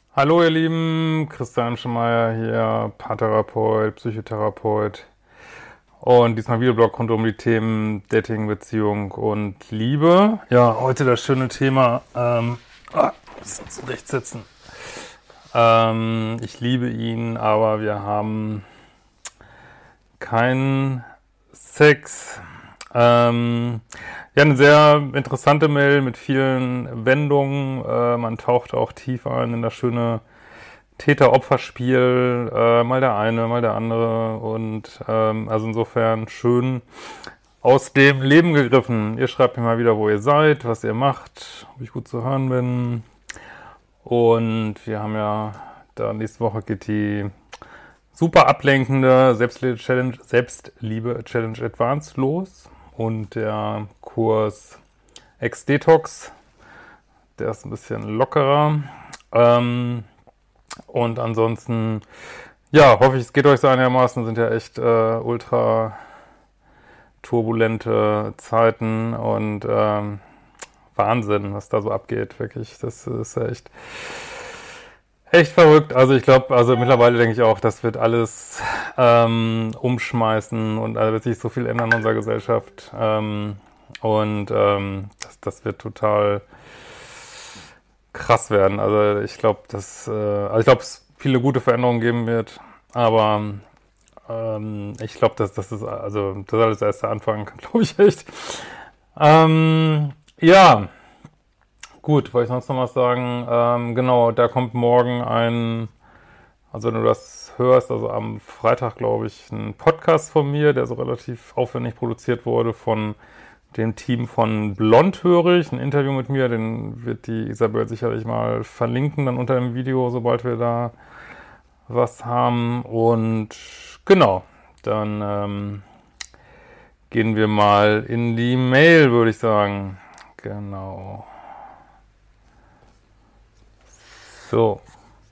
Hallo ihr Lieben, Christian Schemeier hier, Paartherapeut, Psychotherapeut und diesmal Videoblog rund um die Themen Dating, Beziehung und Liebe. Ja, heute das schöne Thema, muss zurecht sitzen. Ich liebe ihn, aber wir haben keinen Sex. Ja, eine sehr interessante Mail mit vielen Wendungen. Man taucht auch tief ein in das schöne Täter-Opfer-Spiel, mal der eine, mal der andere und also insofern schön aus dem Leben gegriffen. Ihr schreibt mir mal wieder, wo ihr seid, was ihr macht, ob ich gut zu hören bin. Und wir haben ja da nächste Woche geht die super ablenkende Selbstliebe-Challenge Advanced los und der Kurs Ex-Detox, der ist ein bisschen lockerer. Und ansonsten, ja, hoffe ich, es geht euch so einigermaßen. Sind ja echt ultra turbulente Zeiten und Wahnsinn, was da so abgeht. Wirklich, das ist ja echt verrückt. Also ich glaube, also mittlerweile denke ich auch, das wird alles umschmeißen und da wird sich so viel ändern in unserer Gesellschaft. Das wird total krass werden. Also ich glaube, also ich glaube, es viele gute Veränderungen geben wird, aber ich glaube, das ist also das ist alles erst der Anfang, glaube ich echt. Ja, gut, wollte ich sonst noch was sagen? Genau, da kommt morgen also wenn du das hörst, also am Freitag, glaube ich, ein Podcast von mir, der so relativ aufwendig produziert wurde von dem Team von Blondhörig, ein Interview mit mir, den wird die Isabel sicherlich mal verlinken, dann unter dem Video, sobald wir da was haben. Und genau, dann gehen wir mal in die Mail, würde ich sagen. Genau. So.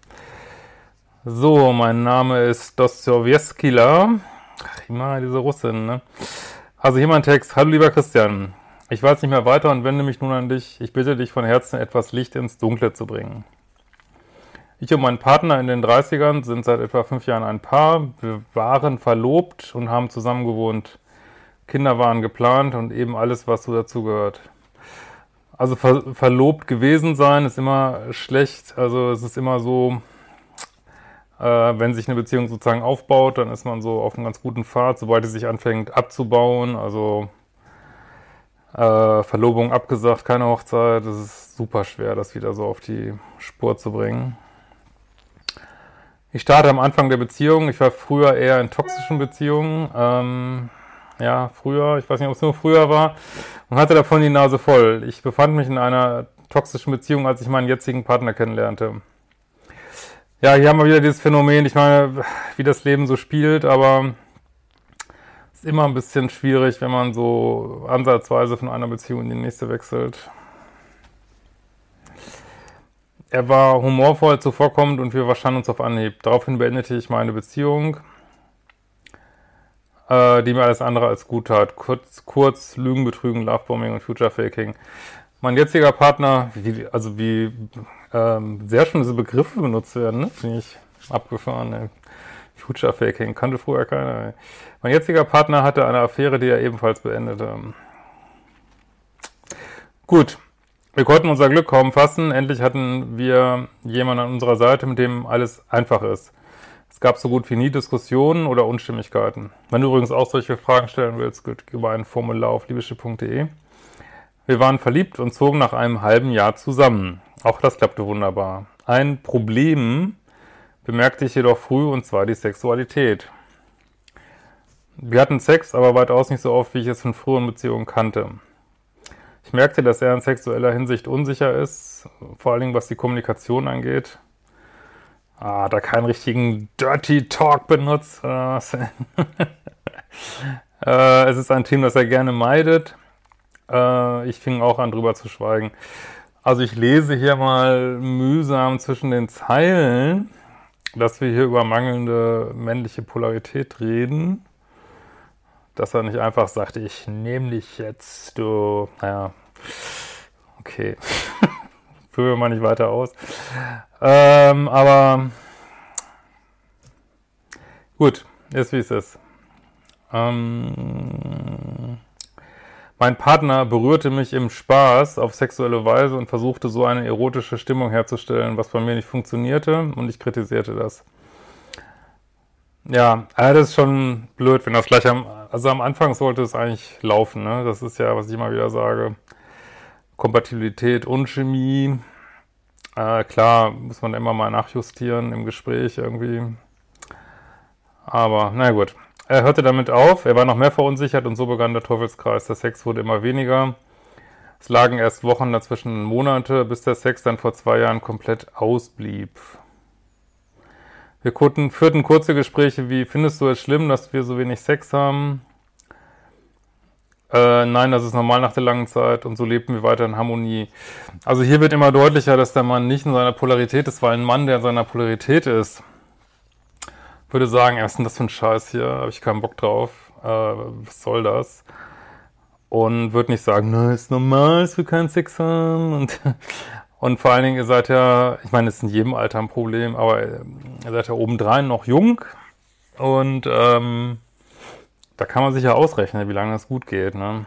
So, mein Name ist Dostojewskila. Ach, immer diese Russin, ne? Also hier mein Text. Hallo lieber Christian. Ich weiß nicht mehr weiter und wende mich nun an dich. Ich bitte dich von Herzen, etwas Licht ins Dunkle zu bringen. Ich und mein Partner in den 30ern sind seit etwa 5 Jahren ein Paar. Wir waren verlobt und haben zusammen gewohnt. Kinder waren geplant und eben alles, was so dazugehört. Also verlobt gewesen sein ist immer schlecht. Also es ist immer so, wenn sich eine Beziehung sozusagen aufbaut, dann ist man so auf einem ganz guten Pfad. Sobald sie sich anfängt abzubauen, also Verlobung abgesagt, keine Hochzeit, das ist super schwer, das wieder so auf die Spur zu bringen. Ich starte am Anfang der Beziehung. Ich war früher eher in toxischen Beziehungen. Ja, früher, ich weiß nicht, ob es nur früher war, und hatte davon die Nase voll. Ich befand mich in einer toxischen Beziehung, als ich meinen jetzigen Partner kennenlernte. Ja, hier haben wir wieder dieses Phänomen, ich meine, wie das Leben so spielt, aber es ist immer ein bisschen schwierig, wenn man so ansatzweise von einer Beziehung in die nächste wechselt. Er war humorvoll, zuvorkommend und wir verstanden uns auf Anhieb. Daraufhin beendete ich meine Beziehung, die mir alles andere als gut tat. Kurz Lügen, Betrügen, Lovebombing und Future Faking. Mein jetziger Partner, wie sehr schon diese Begriffe benutzt werden, ne? Finde ich abgefahren, ey. Future Faking, kannte früher keiner, ey. Mein jetziger Partner hatte eine Affäre, die er ebenfalls beendete. Gut, wir konnten unser Glück kaum fassen. Endlich hatten wir jemanden an unserer Seite, mit dem alles einfach ist. Es gab so gut wie nie Diskussionen oder Unstimmigkeiten. Wenn du übrigens auch solche Fragen stellen willst, geht über ein Formular auf liebeschiff.de. Wir waren verliebt und zogen nach einem halben Jahr zusammen. Auch das klappte wunderbar. Ein Problem bemerkte ich jedoch früh, und zwar die Sexualität. Wir hatten Sex, aber weitaus nicht so oft, wie ich es von früheren Beziehungen kannte. Ich merkte, dass er in sexueller Hinsicht unsicher ist, vor allen Dingen was die Kommunikation angeht. Hat er keinen richtigen Dirty Talk benutzt. Es ist ein Thema, das er gerne meidet. Ich fing auch an, drüber zu schweigen. Also ich lese hier mal mühsam zwischen den Zeilen, dass wir hier über mangelnde männliche Polarität reden. Dass er nicht einfach sagt, ich nehme dich jetzt, du, naja, okay. führen wir mal nicht weiter aus. Aber gut, ist wie es ist. Mein Partner berührte mich im Spaß auf sexuelle Weise und versuchte so eine erotische Stimmung herzustellen, was bei mir nicht funktionierte, und ich kritisierte das. Ja, das ist schon blöd, wenn das gleich also am Anfang sollte es eigentlich laufen, ne? Das ist ja, was ich immer wieder sage, Kompatibilität und Chemie. Klar, muss man immer mal nachjustieren im Gespräch irgendwie. Aber, na gut. Er hörte damit auf, er war noch mehr verunsichert und so begann der Teufelskreis. Der Sex wurde immer weniger. Es lagen erst Wochen dazwischen, Monate, bis der Sex dann vor 2 Jahren komplett ausblieb. Wir führten kurze Gespräche wie, findest du es schlimm, dass wir so wenig Sex haben? Nein, das ist normal nach der langen Zeit, und so lebten wir weiter in Harmonie. Also hier wird immer deutlicher, dass der Mann nicht in seiner Polarität ist, weil ein Mann, der in seiner Polarität ist, würde sagen, was ist denn das für ein Scheiß hier, habe ich keinen Bock drauf, was soll das? Und würde nicht sagen, na, ist normal, dass wir keinen Sex haben. Und vor allen Dingen, ihr seid ja, ich meine, es ist in jedem Alter ein Problem, aber ihr seid ja obendrein noch jung. Und da kann man sich ja ausrechnen, wie lange das gut geht, ne?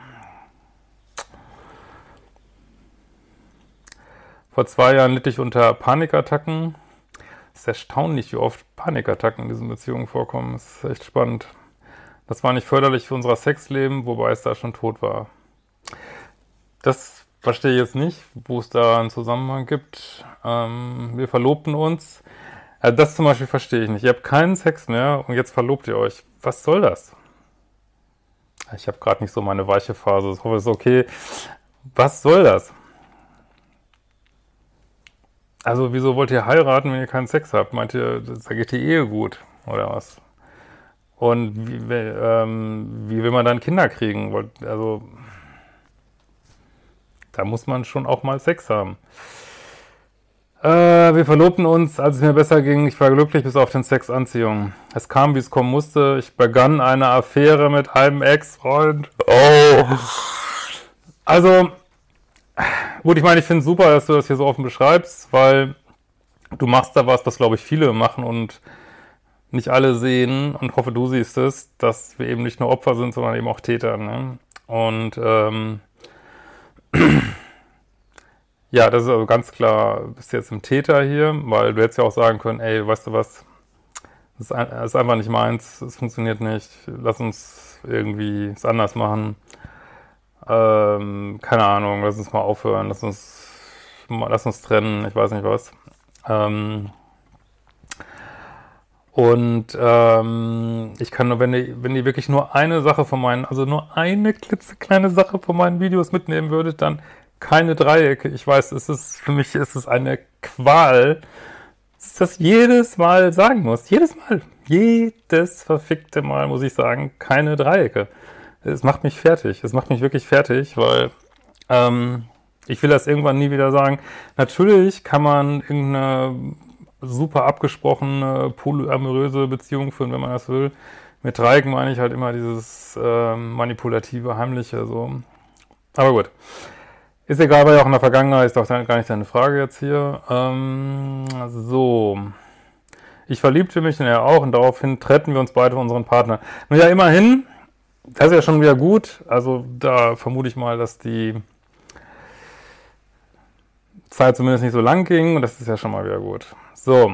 Vor 2 Jahren litt ich unter Panikattacken. Es ist erstaunlich, wie oft Panikattacken in diesen Beziehungen vorkommen. Das ist echt spannend. Das war nicht förderlich für unser Sexleben, wobei es da schon tot war. Das verstehe ich jetzt nicht, wo es da einen Zusammenhang gibt. Wir verlobten uns. Das zum Beispiel verstehe ich nicht. Ihr habt keinen Sex mehr und jetzt verlobt ihr euch. Was soll das? Ich habe gerade nicht so meine weiche Phase. Ich hoffe, es ist okay. Was soll das? Also, wieso wollt ihr heiraten, wenn ihr keinen Sex habt? Meint ihr, da geht die Ehe gut, oder was? Und wie will man dann Kinder kriegen? Also, da muss man schon auch mal Sex haben. Wir verlobten uns, als es mir besser ging. Ich war glücklich bis auf den Sex Anziehung. Es kam, wie es kommen musste. Ich begann eine Affäre mit einem Ex-Freund. Oh. Also, gut, ich meine, ich finde es super, dass du das hier so offen beschreibst, weil du machst da was glaube ich, viele machen und nicht alle sehen, und hoffe, du siehst es, dass wir eben nicht nur Opfer sind, sondern eben auch Täter, ne? Und ja, das ist also ganz klar, du bist jetzt ein Täter hier, weil du hättest ja auch sagen können, ey, weißt du was, das ist einfach nicht meins, es funktioniert nicht, lass uns irgendwie es anders machen. Keine Ahnung, lass uns mal aufhören, lass uns trennen, ich weiß nicht was. Ich kann nur, wenn ihr wirklich nur eine Sache also nur eine klitzekleine Sache von meinen Videos mitnehmen würdet, dann keine Dreiecke. Ich weiß, für mich ist es eine Qual, dass ich das jedes Mal sagen muss. Jedes Mal. Jedes verfickte Mal muss ich sagen, keine Dreiecke. Es macht mich fertig. Es macht mich wirklich fertig, weil ich will das irgendwann nie wieder sagen. Natürlich kann man irgendeine super abgesprochene, polyamoröse Beziehung führen, wenn man das will. Mit Dreiecken meine ich halt immer dieses manipulative, heimliche, so. Aber gut. Ist egal, war ja auch in der Vergangenheit, ist doch gar nicht deine Frage jetzt hier. So. Ich verliebte mich und er auch, und daraufhin trennten wir uns beide von unseren Partner. Nun ja, immerhin, das ist ja schon wieder gut. Also da vermute ich mal, dass die Zeit zumindest nicht so lang ging, und das ist ja schon mal wieder gut. So.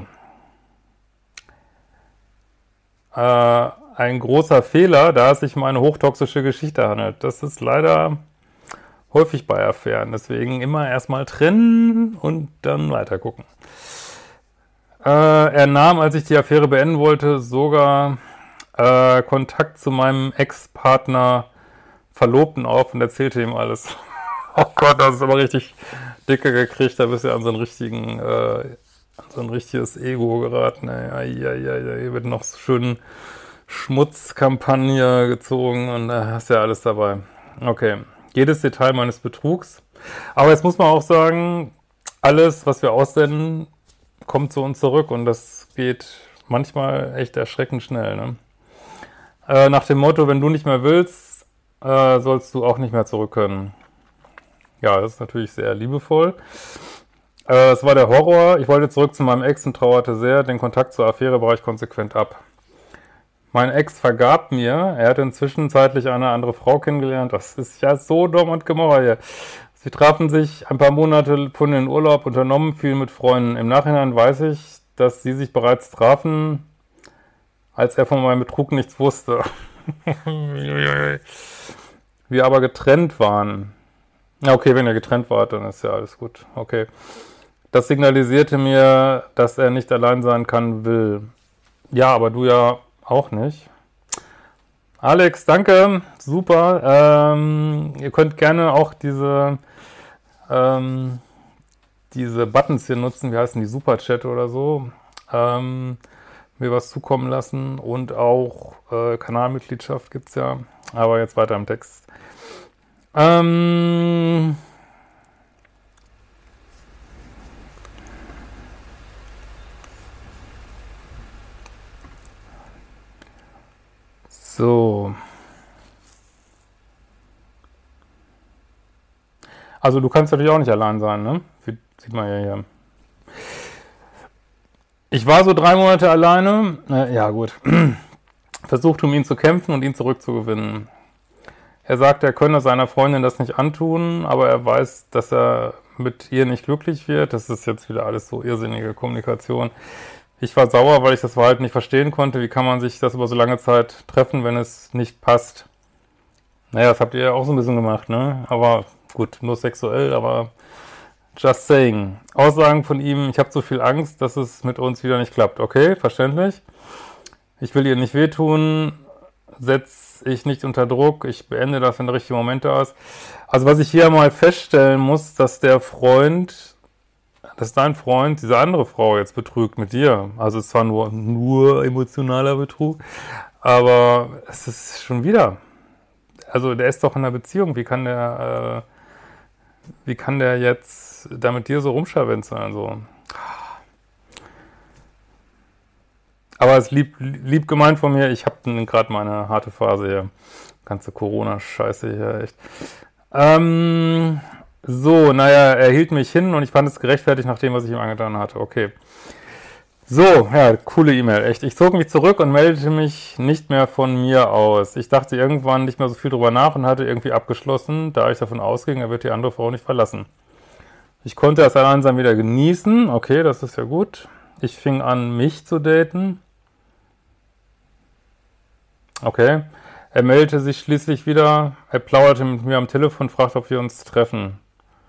Ein großer Fehler, da es sich um eine hochtoxische Geschichte handelt. Das ist leider häufig bei Affären. Deswegen immer erstmal trennen und dann weiter gucken. Er nahm, als ich die Affäre beenden wollte, sogar Kontakt zu meinem Ex-Partner Verlobten auf und erzählte ihm alles. Oh Gott, das ist aber richtig dicke gekriegt. Da bist du ja an so ein richtiges Ego geraten. Hier wird noch so schön Schmutzkampagne gezogen und da hast ja alles dabei. Okay, jedes Detail meines Betrugs. Aber jetzt muss man auch sagen, alles, was wir aussenden, kommt zu uns zurück, und das geht manchmal echt erschreckend schnell, ne? Nach dem Motto, wenn du nicht mehr willst, sollst du auch nicht mehr zurück können. Ja, das ist natürlich sehr liebevoll. Es war der Horror. Ich wollte zurück zu meinem Ex und trauerte sehr. Den Kontakt zur Affäre brach ich konsequent ab. Mein Ex vergab mir. Er hatte inzwischen zeitlich eine andere Frau kennengelernt. Das ist ja so dumm und Gemorre hier. Sie trafen sich ein paar Monate, fuhren in den Urlaub, unternommen viel mit Freunden. Im Nachhinein weiß ich, dass sie sich bereits trafen, als er von meinem Betrug nichts wusste. Wir aber getrennt waren. Ja, okay, wenn ihr getrennt wart, dann ist ja alles gut. Okay. Das signalisierte mir, dass er nicht allein sein kann, will. Ja, aber du ja auch nicht. Alex, danke. Super. Ihr könnt gerne auch diese Buttons hier nutzen. Wie heißen die? Superchat oder so. Mir was zukommen lassen. Und auch Kanalmitgliedschaft gibt's ja. Aber jetzt weiter im Text. So. Also du kannst natürlich auch nicht allein sein, ne? Sieht man ja hier. Ich war so 3 Monate alleine. Ja, gut. Versucht, um ihn zu kämpfen und ihn zurückzugewinnen. Er sagt, er könne seiner Freundin das nicht antun, aber er weiß, dass er mit ihr nicht glücklich wird. Das ist jetzt wieder alles so irrsinnige Kommunikation. Ich war sauer, weil ich das Verhalten nicht verstehen konnte. Wie kann man sich das über so lange Zeit treffen, wenn es nicht passt? Naja, das habt ihr ja auch so ein bisschen gemacht, ne? Aber gut, nur sexuell, aber just saying. Aussagen von ihm, ich habe so viel Angst, dass es mit uns wieder nicht klappt. Okay, verständlich. Ich will ihr nicht wehtun, setze ich nicht unter Druck, ich beende das, wenn der richtige Moment da ist. Also was ich hier mal feststellen muss, dass dein Freund diese andere Frau jetzt betrügt mit dir. Also es ist zwar nur emotionaler Betrug, aber es ist schon wieder. Also der ist doch in einer Beziehung. Wie kann der jetzt da mit dir so rumscharwenzeln? So. Aber es ist lieb gemeint von mir. Ich habe gerade meine harte Phase hier. Ganze Corona-Scheiße hier, echt. So, naja, er hielt mich hin und ich fand es gerechtfertigt nach dem, was ich ihm angetan hatte. Okay. So, ja, coole E-Mail, echt. Ich zog mich zurück und meldete mich nicht mehr von mir aus. Ich dachte irgendwann nicht mehr so viel drüber nach und hatte irgendwie abgeschlossen, da ich davon ausging, er wird die andere Frau nicht verlassen. Ich konnte das Alleinsein wieder genießen. Okay, das ist ja gut. Ich fing an, mich zu daten. Okay. Er meldete sich schließlich wieder. Er plauderte mit mir am Telefon, fragte, ob wir uns treffen.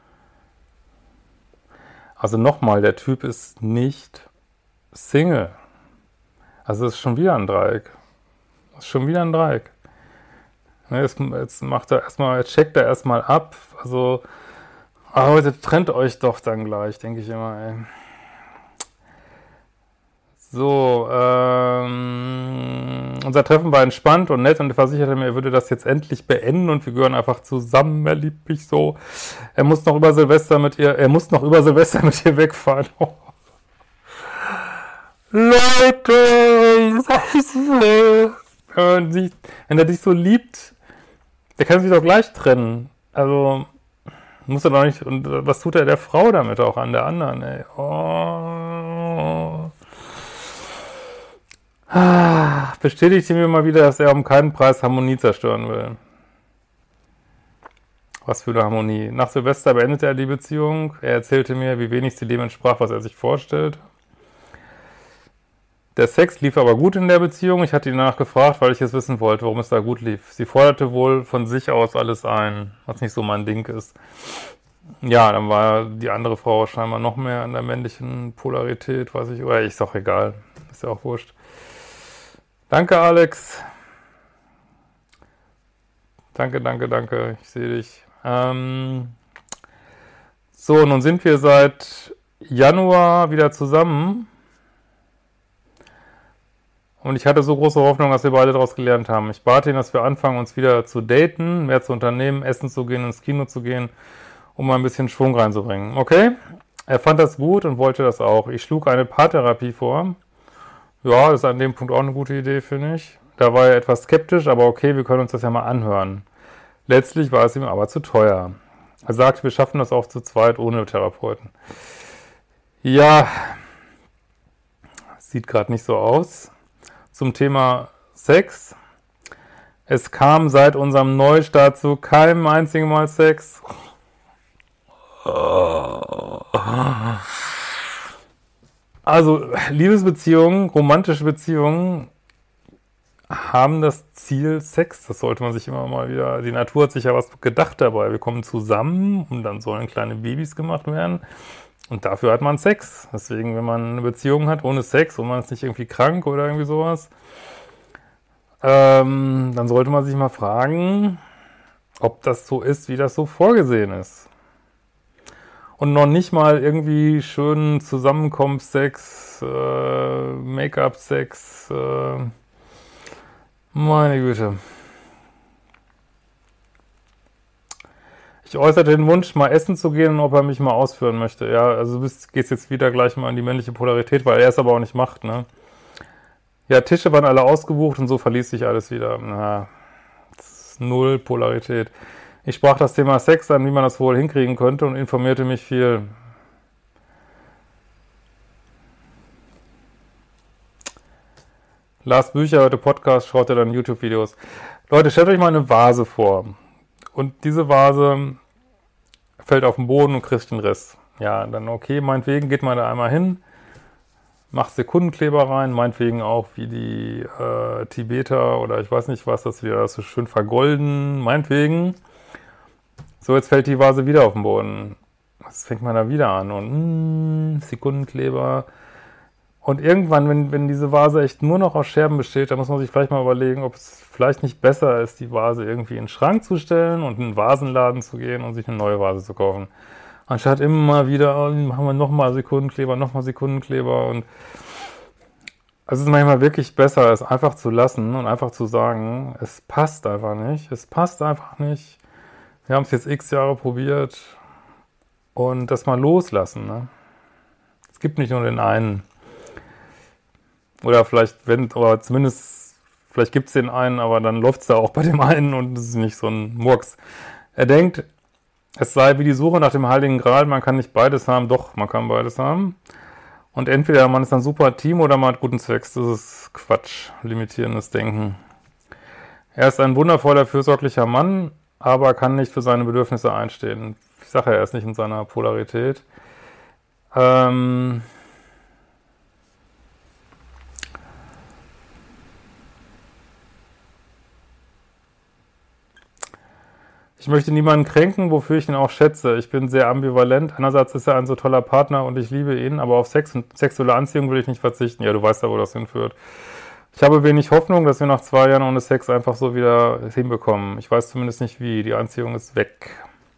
Also nochmal, der Typ ist nicht Single. Also es ist schon wieder ein Dreieck. Das ist schon wieder ein Dreieck. Ne, jetzt macht er erstmal, jetzt checkt er erstmal ab. Also, heute trennt euch doch dann gleich, denke ich immer, ey. So, unser Treffen war entspannt und nett und er versicherte mir, er würde das jetzt endlich beenden und wir gehören einfach zusammen, er liebt mich so. Er muss noch über Silvester mit ihr wegfahren. Oh. Leute, wenn er dich so liebt, der kann sich doch gleich trennen. Also, muss er doch nicht, und was tut er der Frau damit auch an der anderen, ey? Oh. Bestätigte mir mal wieder, dass er um keinen Preis Harmonie zerstören will. Was für eine Harmonie. Nach Silvester beendete er die Beziehung. Er erzählte mir, wie wenig sie dem entsprach, was er sich vorstellt. Der Sex lief aber gut in der Beziehung. Ich hatte ihn danach gefragt, weil ich es wissen wollte, warum es da gut lief. Sie forderte wohl von sich aus alles ein, was nicht so mein Ding ist. Ja, dann war die andere Frau scheinbar noch mehr an der männlichen Polarität, weiß ich. Oder ist doch egal. Ist ja auch wurscht. Danke, Alex. Danke. Ich sehe dich. So, nun sind wir seit Januar wieder zusammen. Und ich hatte so große Hoffnung, dass wir beide daraus gelernt haben. Ich bat ihn, dass wir anfangen, uns wieder zu daten, mehr zu unternehmen, essen zu gehen, ins Kino zu gehen, um mal ein bisschen Schwung reinzubringen. Okay? Er fand das gut und wollte das auch. Ich schlug eine Paartherapie vor. Ja, das ist an dem Punkt auch eine gute Idee, finde ich. Da war er etwas skeptisch, aber okay, wir können uns das ja mal anhören. Letztlich war es ihm aber zu teuer. Er sagte, wir schaffen das auch zu zweit ohne Therapeuten. Ja, sieht gerade nicht so aus. Zum Thema Sex. Es kam seit unserem Neustart zu keinem einzigen Mal Sex. Also Liebesbeziehungen, romantische Beziehungen haben das Ziel Sex. Das sollte man sich immer mal wieder, die Natur hat sich ja was gedacht dabei. Wir kommen zusammen und dann sollen kleine Babys gemacht werden. Und dafür hat man Sex. Deswegen, wenn man eine Beziehung hat ohne Sex und man ist nicht irgendwie krank oder irgendwie sowas, dann sollte man sich mal fragen, ob das so ist, wie das so vorgesehen ist. Und noch nicht mal irgendwie schönen Zusammenkommenssex, Make-up-Sex, meine Güte. Ich äußerte den Wunsch, mal essen zu gehen und ob er mich mal ausführen möchte. Ja, also du gehst jetzt wieder gleich mal in die männliche Polarität, weil er es aber auch nicht macht, ne? Ja, Tische waren alle ausgebucht und so verließ sich alles wieder. Na, das ist null Polarität. Ich sprach das Thema Sex an, wie man das wohl hinkriegen könnte und informierte mich viel. Las Bücher, heute Podcast, schaut ihr dann YouTube-Videos. Leute, stellt euch mal eine Vase vor. Und diese Vase fällt auf den Boden und kriegt den Rest. Ja, dann okay, meinetwegen geht man da einmal hin, macht Sekundenkleber rein, meinetwegen auch wie die Tibeter oder ich weiß nicht was, dass wir das so schön vergolden, meinetwegen. So, jetzt fällt die Vase wieder auf den Boden. Was fängt man da wieder an? Und Sekundenkleber. Und irgendwann, wenn diese Vase echt nur noch aus Scherben besteht, dann muss man sich vielleicht mal überlegen, ob es vielleicht nicht besser ist, die Vase irgendwie in den Schrank zu stellen und in einen Vasenladen zu gehen und sich eine neue Vase zu kaufen. Anstatt immer wieder, oh, machen wir nochmal Sekundenkleber und also es ist manchmal wirklich besser, es einfach zu lassen und einfach zu sagen, es passt einfach nicht, Wir haben es jetzt x Jahre probiert und das mal loslassen, ne? Es gibt nicht nur den einen. Oder vielleicht, oder zumindest, vielleicht gibt es den einen, aber dann läuft es da auch bei dem einen und es ist nicht so ein Murks. Er denkt, es sei wie die Suche nach dem Heiligen Gral, man kann nicht beides haben, doch, man kann beides haben. Und entweder man ist ein super Team oder man hat guten Sex, das ist Quatsch, limitierendes Denken. Er ist ein wundervoller, fürsorglicher Mann, aber kann nicht für seine Bedürfnisse einstehen. Ich sage ja, er ist nicht in seiner Polarität. Ich möchte niemanden kränken, wofür ich ihn auch schätze. Ich bin sehr ambivalent. Einerseits ist er ein so toller Partner und ich liebe ihn, aber auf Sex und sexuelle Anziehung will ich nicht verzichten. Ja, du weißt ja, wo das hinführt. Ich habe wenig Hoffnung, dass wir nach 2 Jahren ohne Sex einfach so wieder hinbekommen. Ich weiß zumindest nicht wie. Die Anziehung ist weg.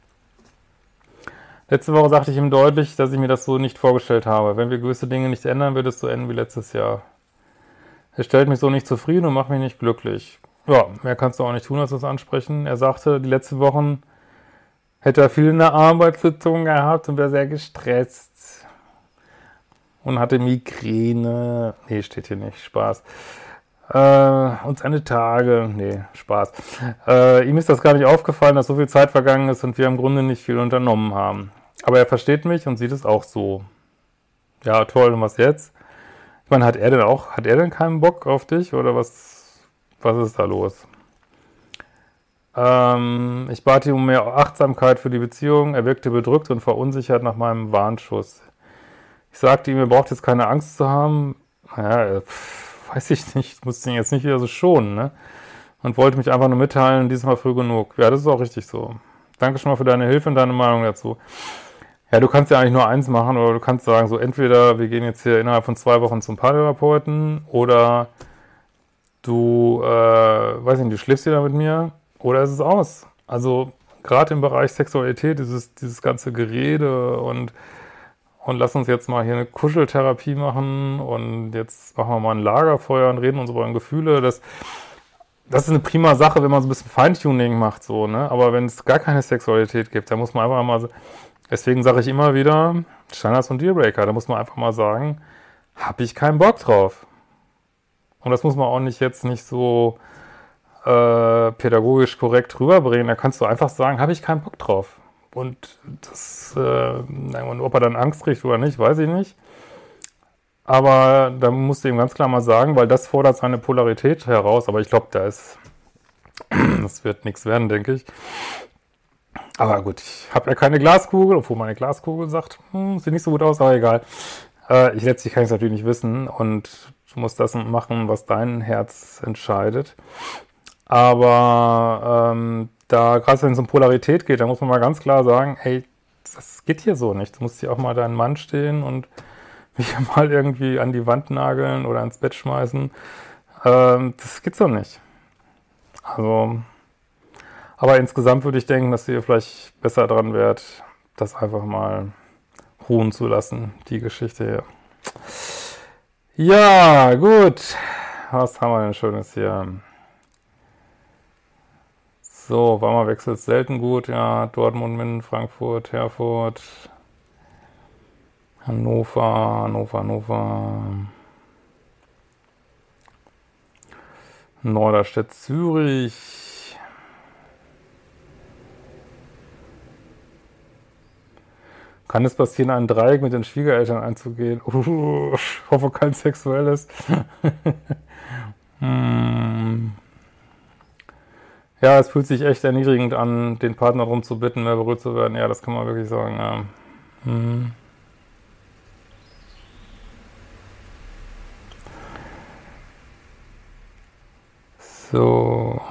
Letzte Woche sagte ich ihm deutlich, dass ich mir das so nicht vorgestellt habe. Wenn wir gewisse Dinge nicht ändern, wird es so enden wie letztes Jahr. Er stellt mich so nicht zufrieden und macht mich nicht glücklich. Ja, mehr kannst du auch nicht tun, als das ansprechen. Er sagte, die letzten Wochen hätte er viel in der Arbeitssitzung gehabt und wäre sehr gestresst. Und hatte Migräne. Nee, steht hier nicht. Spaß. Und seine Tage. Nee, Spaß. Ihm ist das gar nicht aufgefallen, dass so viel Zeit vergangen ist und wir im Grunde nicht viel unternommen haben. Aber er versteht mich und sieht es auch so. Ja, toll, und was jetzt? Ich meine, hat er denn keinen Bock auf dich? Oder was ist da los? Ich bat ihn um mehr Achtsamkeit für die Beziehung. Er wirkte bedrückt und verunsichert nach meinem Warnschuss. Ich sagte ihm, er braucht jetzt keine Angst zu haben. Naja, weiß ich nicht, ich musste ihn jetzt nicht wieder so schonen, ne? Und wollte mich einfach nur mitteilen, diesmal früh genug. Ja, das ist auch richtig so. Danke schon mal für deine Hilfe und deine Meinung dazu. Ja, du kannst ja eigentlich nur eins machen, oder du kannst sagen, so entweder wir gehen jetzt hier innerhalb von 2 Wochen zum Paartherapeuten oder du, weiß nicht, du schläfst wieder mit mir oder ist es aus. Also gerade im Bereich Sexualität, dieses ganze Gerede und lass uns jetzt mal hier eine Kuscheltherapie machen und jetzt machen wir mal ein Lagerfeuer und reden uns über Gefühle. Das ist eine prima Sache, wenn man so ein bisschen Feintuning macht, so, ne? Aber wenn es gar keine Sexualität gibt, dann muss man einfach mal, deswegen sage ich immer wieder, Standards und Dealbreaker, da muss man einfach mal sagen, habe ich keinen Bock drauf. Und das muss man auch nicht so pädagogisch korrekt rüberbringen. Da kannst du einfach sagen, habe ich keinen Bock drauf. Und ob er dann Angst kriegt oder nicht, weiß ich nicht. Aber da musst du ihm ganz klar mal sagen, weil das fordert seine Polarität heraus. Aber ich glaube, das wird nichts werden, denke ich. Aber gut, ich habe ja keine Glaskugel, obwohl meine Glaskugel sagt, sieht nicht so gut aus, aber egal. Letztlich kann ich es natürlich nicht wissen und du musst das machen, was dein Herz entscheidet. Aber da, gerade wenn es um Polarität geht, da muss man mal ganz klar sagen, hey, das geht hier so nicht. Du musst hier auch mal deinen Mann stehen und mich mal irgendwie an die Wand nageln oder ins Bett schmeißen. Das geht so nicht. Also, aber insgesamt würde ich denken, dass ihr vielleicht besser dran wärt, das einfach mal ruhen zu lassen, die Geschichte hier. Ja, gut. Was haben wir denn Schönes hier? So, Weimar wechselt selten gut. Ja, Dortmund, Minden, Frankfurt, Herford, Hannover. Norderstedt, Zürich. Kann es passieren, ein Dreieck mit den Schwiegereltern einzugehen? Hoffe kein sexuelles. Ja, es fühlt sich echt erniedrigend an, den Partner darum zu bitten, mehr berührt zu werden. Ja, das kann man wirklich sagen. Ja. So.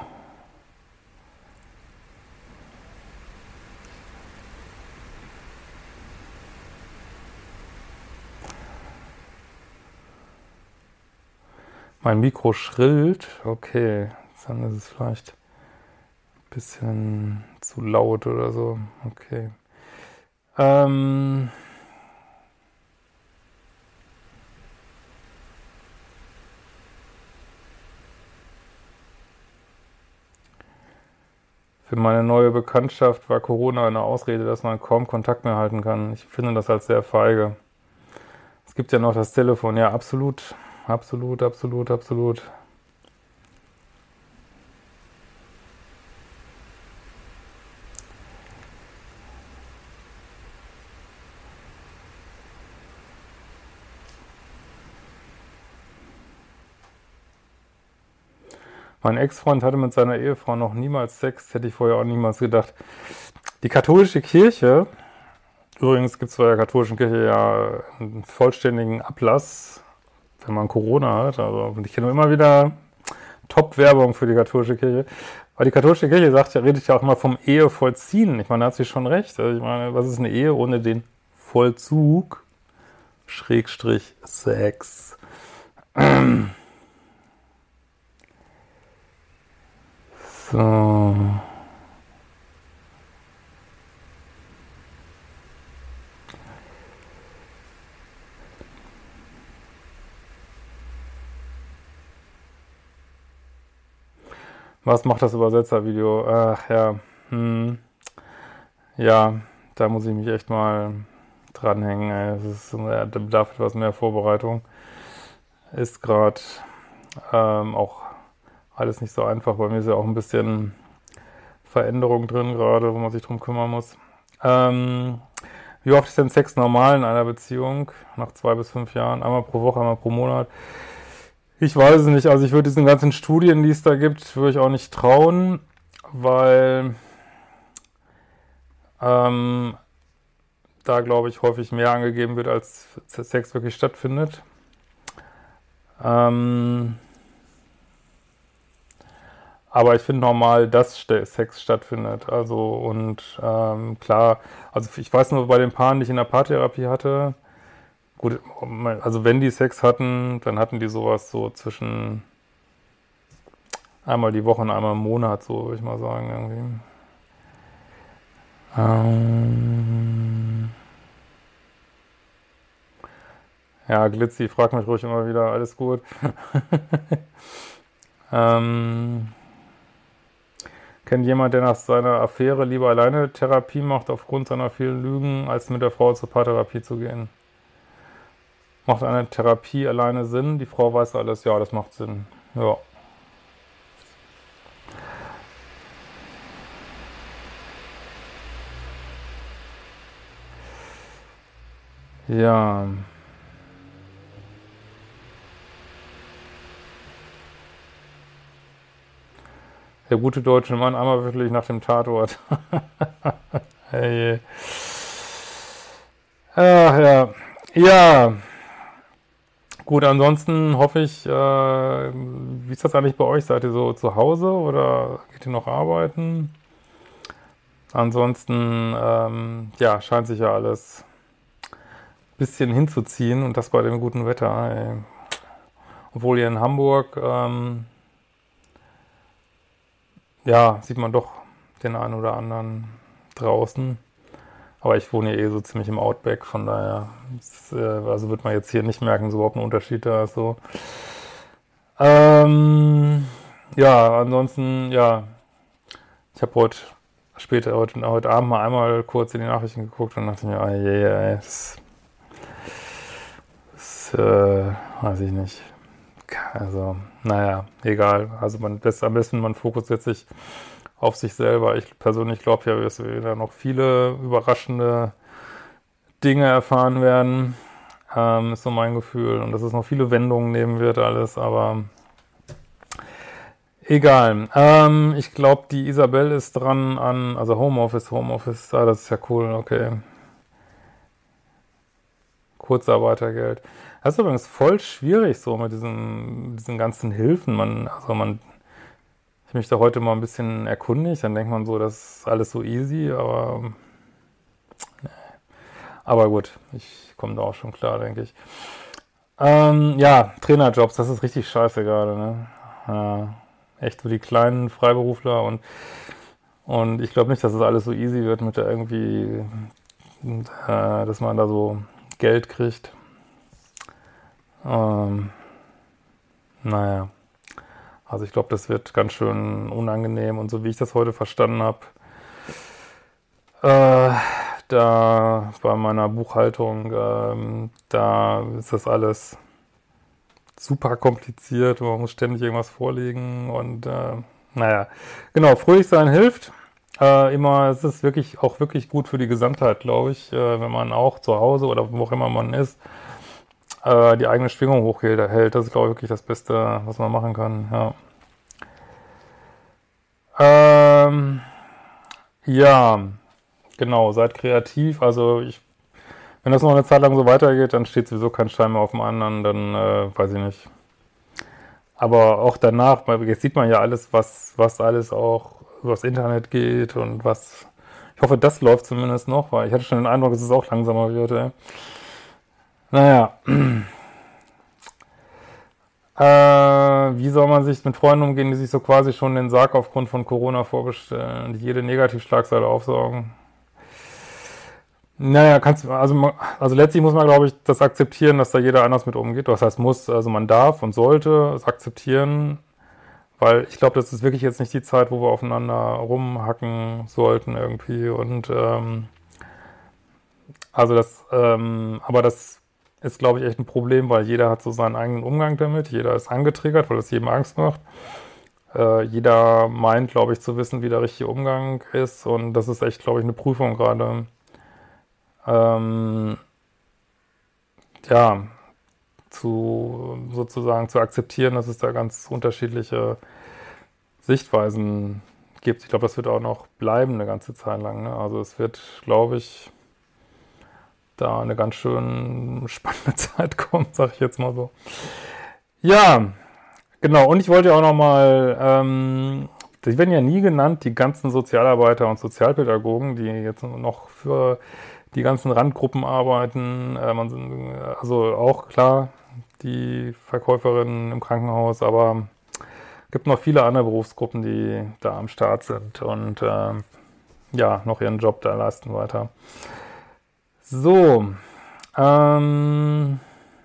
Mein Mikro schrillt. Okay, dann ist es vielleicht ein bisschen zu laut oder so. Okay. Für meine neue Bekanntschaft war Corona eine Ausrede, dass man kaum Kontakt mehr halten kann. Ich finde das als sehr feige. Es gibt ja noch das Telefon. Ja, absolut. Absolut. Mein Ex-Freund hatte mit seiner Ehefrau noch niemals Sex, hätte ich vorher auch niemals gedacht. Die katholische Kirche, übrigens gibt es bei der katholischen Kirche ja einen vollständigen Ablass, wenn man Corona hat. Also ich kenne immer wieder Top-Werbung für die katholische Kirche. Weil die katholische Kirche redet ja auch immer vom Ehevollziehen. Ich meine, da hat sie schon recht. Also ich meine, was ist eine Ehe ohne den Vollzug? Schrägstrich Sex. So. Was macht das Übersetzervideo? Ach ja. Ja, da muss ich mich echt mal dranhängen. Da bedarf etwas mehr Vorbereitung. Ist gerade auch alles nicht so einfach. Bei mir ist ja auch ein bisschen Veränderung drin gerade, wo man sich drum kümmern muss. Wie oft ist denn Sex normal in einer Beziehung? Nach 2 bis 5 Jahren? Einmal pro Woche, einmal pro Monat? Ich weiß es nicht. Also ich würde diesen ganzen Studien, die es da gibt, würde ich auch nicht trauen, weil da, glaube ich, häufig mehr angegeben wird, als Sex wirklich stattfindet. Aber ich finde normal, dass Sex stattfindet. Also und klar, also ich weiß nur bei den Paaren, die ich in der Paartherapie hatte, gut, also wenn die Sex hatten, dann hatten die sowas so zwischen einmal die Woche und einmal im Monat, so würde ich mal sagen, irgendwie. Ja, Glitzy, frag mich ruhig immer wieder, alles gut. Kennt jemand, der nach seiner Affäre lieber alleine Therapie macht, aufgrund seiner vielen Lügen, als mit der Frau zur Paartherapie zu gehen? Macht eine Therapie alleine Sinn? Die Frau weiß alles, ja, das macht Sinn. Ja. Ja, der gute deutsche Mann einmal wirklich nach dem Tatort. Hey. Ach ja. Ja, gut, ansonsten hoffe ich, wie ist das eigentlich bei euch? Seid ihr so zu Hause oder geht ihr noch arbeiten? Ansonsten, ja, scheint sich ja alles ein bisschen hinzuziehen und das bei dem guten Wetter. Ey. Obwohl hier in Hamburg, ja, sieht man doch den einen oder anderen draußen. Aber ich wohne ja eh so ziemlich im Outback, von daher, also wird man jetzt hier nicht merken, so überhaupt ein Unterschied da ist so. Ähm, ja, ansonsten, ja, ich habe heute Abend mal einmal kurz in die Nachrichten geguckt und dachte mir, ah, je, weiß ich nicht. Also, naja, egal. Also am besten man fokussiert sich auf sich selber. Ich persönlich glaube ja, dass wir da noch viele überraschende Dinge erfahren werden. Ist so mein Gefühl. Und dass es noch viele Wendungen nehmen wird, alles, aber egal. Ich glaube, die Isabel ist dran also Homeoffice, das ist ja cool, okay. Kurzarbeitergeld. Das ist übrigens voll schwierig so mit diesen ganzen Hilfen. Ich habe mich da heute mal ein bisschen erkundigt, dann denkt man so, das ist alles so easy, aber gut, ich komme da auch schon klar, denke ich. Ja, Trainerjobs, das ist richtig scheiße gerade, ne? Ja, echt so die kleinen Freiberufler und ich glaube nicht, dass es alles so easy wird mit der irgendwie, dass man da so Geld kriegt. Ähm, naja, also ich glaube, das wird ganz schön unangenehm und so wie ich das heute verstanden habe, äh, da bei meiner Buchhaltung, da ist das alles super kompliziert, man muss ständig irgendwas vorlegen und naja, genau, fröhlich sein hilft. Es ist wirklich auch wirklich gut für die Gesamtheit, glaube ich, wenn man auch zu Hause oder wo auch immer man ist, die eigene Schwingung hochhält. Das ist, glaube ich, wirklich das Beste, was man machen kann. Ja. Ja, genau, seid kreativ. Wenn das noch eine Zeit lang so weitergeht, dann steht sowieso kein Stein mehr auf dem anderen, dann weiß ich nicht. Aber auch danach, weil jetzt sieht man ja alles, was alles auch übers Internet geht und was. Ich hoffe, das läuft zumindest noch, weil ich hatte schon den Eindruck, dass es auch langsamer wird. Ey. Naja, wie soll man sich mit Freunden umgehen, die sich so quasi schon den Sarg aufgrund von Corona vorbestellen, die jede Negativschlagseite aufsaugen? Naja, also letztlich muss man, glaube ich, das akzeptieren, dass da jeder anders mit umgeht. Das heißt, also man darf und sollte es akzeptieren, weil ich glaube, das ist wirklich jetzt nicht die Zeit, wo wir aufeinander rumhacken sollten irgendwie. Aber das ist, glaube ich, echt ein Problem, weil jeder hat so seinen eigenen Umgang damit. Jeder ist angetriggert, weil es jedem Angst macht. Jeder meint, glaube ich, zu wissen, wie der richtige Umgang ist. Und das ist echt, glaube ich, eine Prüfung gerade. Ähm, ja, sozusagen zu akzeptieren, dass es da ganz unterschiedliche Sichtweisen gibt. Ich glaube, das wird auch noch bleiben eine ganze Zeit lang. Ne? Also es wird, glaube ich, da eine ganz schön spannende Zeit kommen, sag ich jetzt mal so. Ja, genau. Und ich wollte ja auch nochmal, die werden ja nie genannt, die ganzen Sozialarbeiter und Sozialpädagogen, die jetzt noch für die ganzen Randgruppen arbeiten. Also auch klar, die Verkäuferinnen im Krankenhaus, aber es gibt noch viele andere Berufsgruppen, die da am Start sind und ja, noch ihren Job da leisten weiter. So, ähm,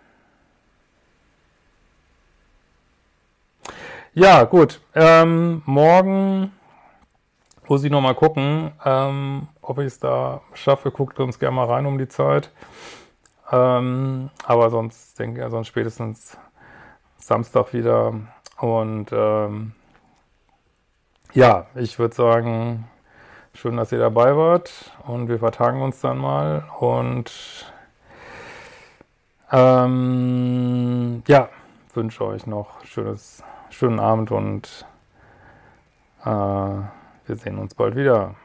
ja, gut. Morgen muss ich nochmal gucken, ob ich es da schaffe. Guckt uns gerne mal rein um die Zeit. Aber sonst denke ich, sonst spätestens Samstag wieder. Und ja, ich würde sagen, schön, dass ihr dabei wart. Und wir vertagen uns dann mal. Und Ja, wünsche euch noch schönen Abend und wir sehen uns bald wieder.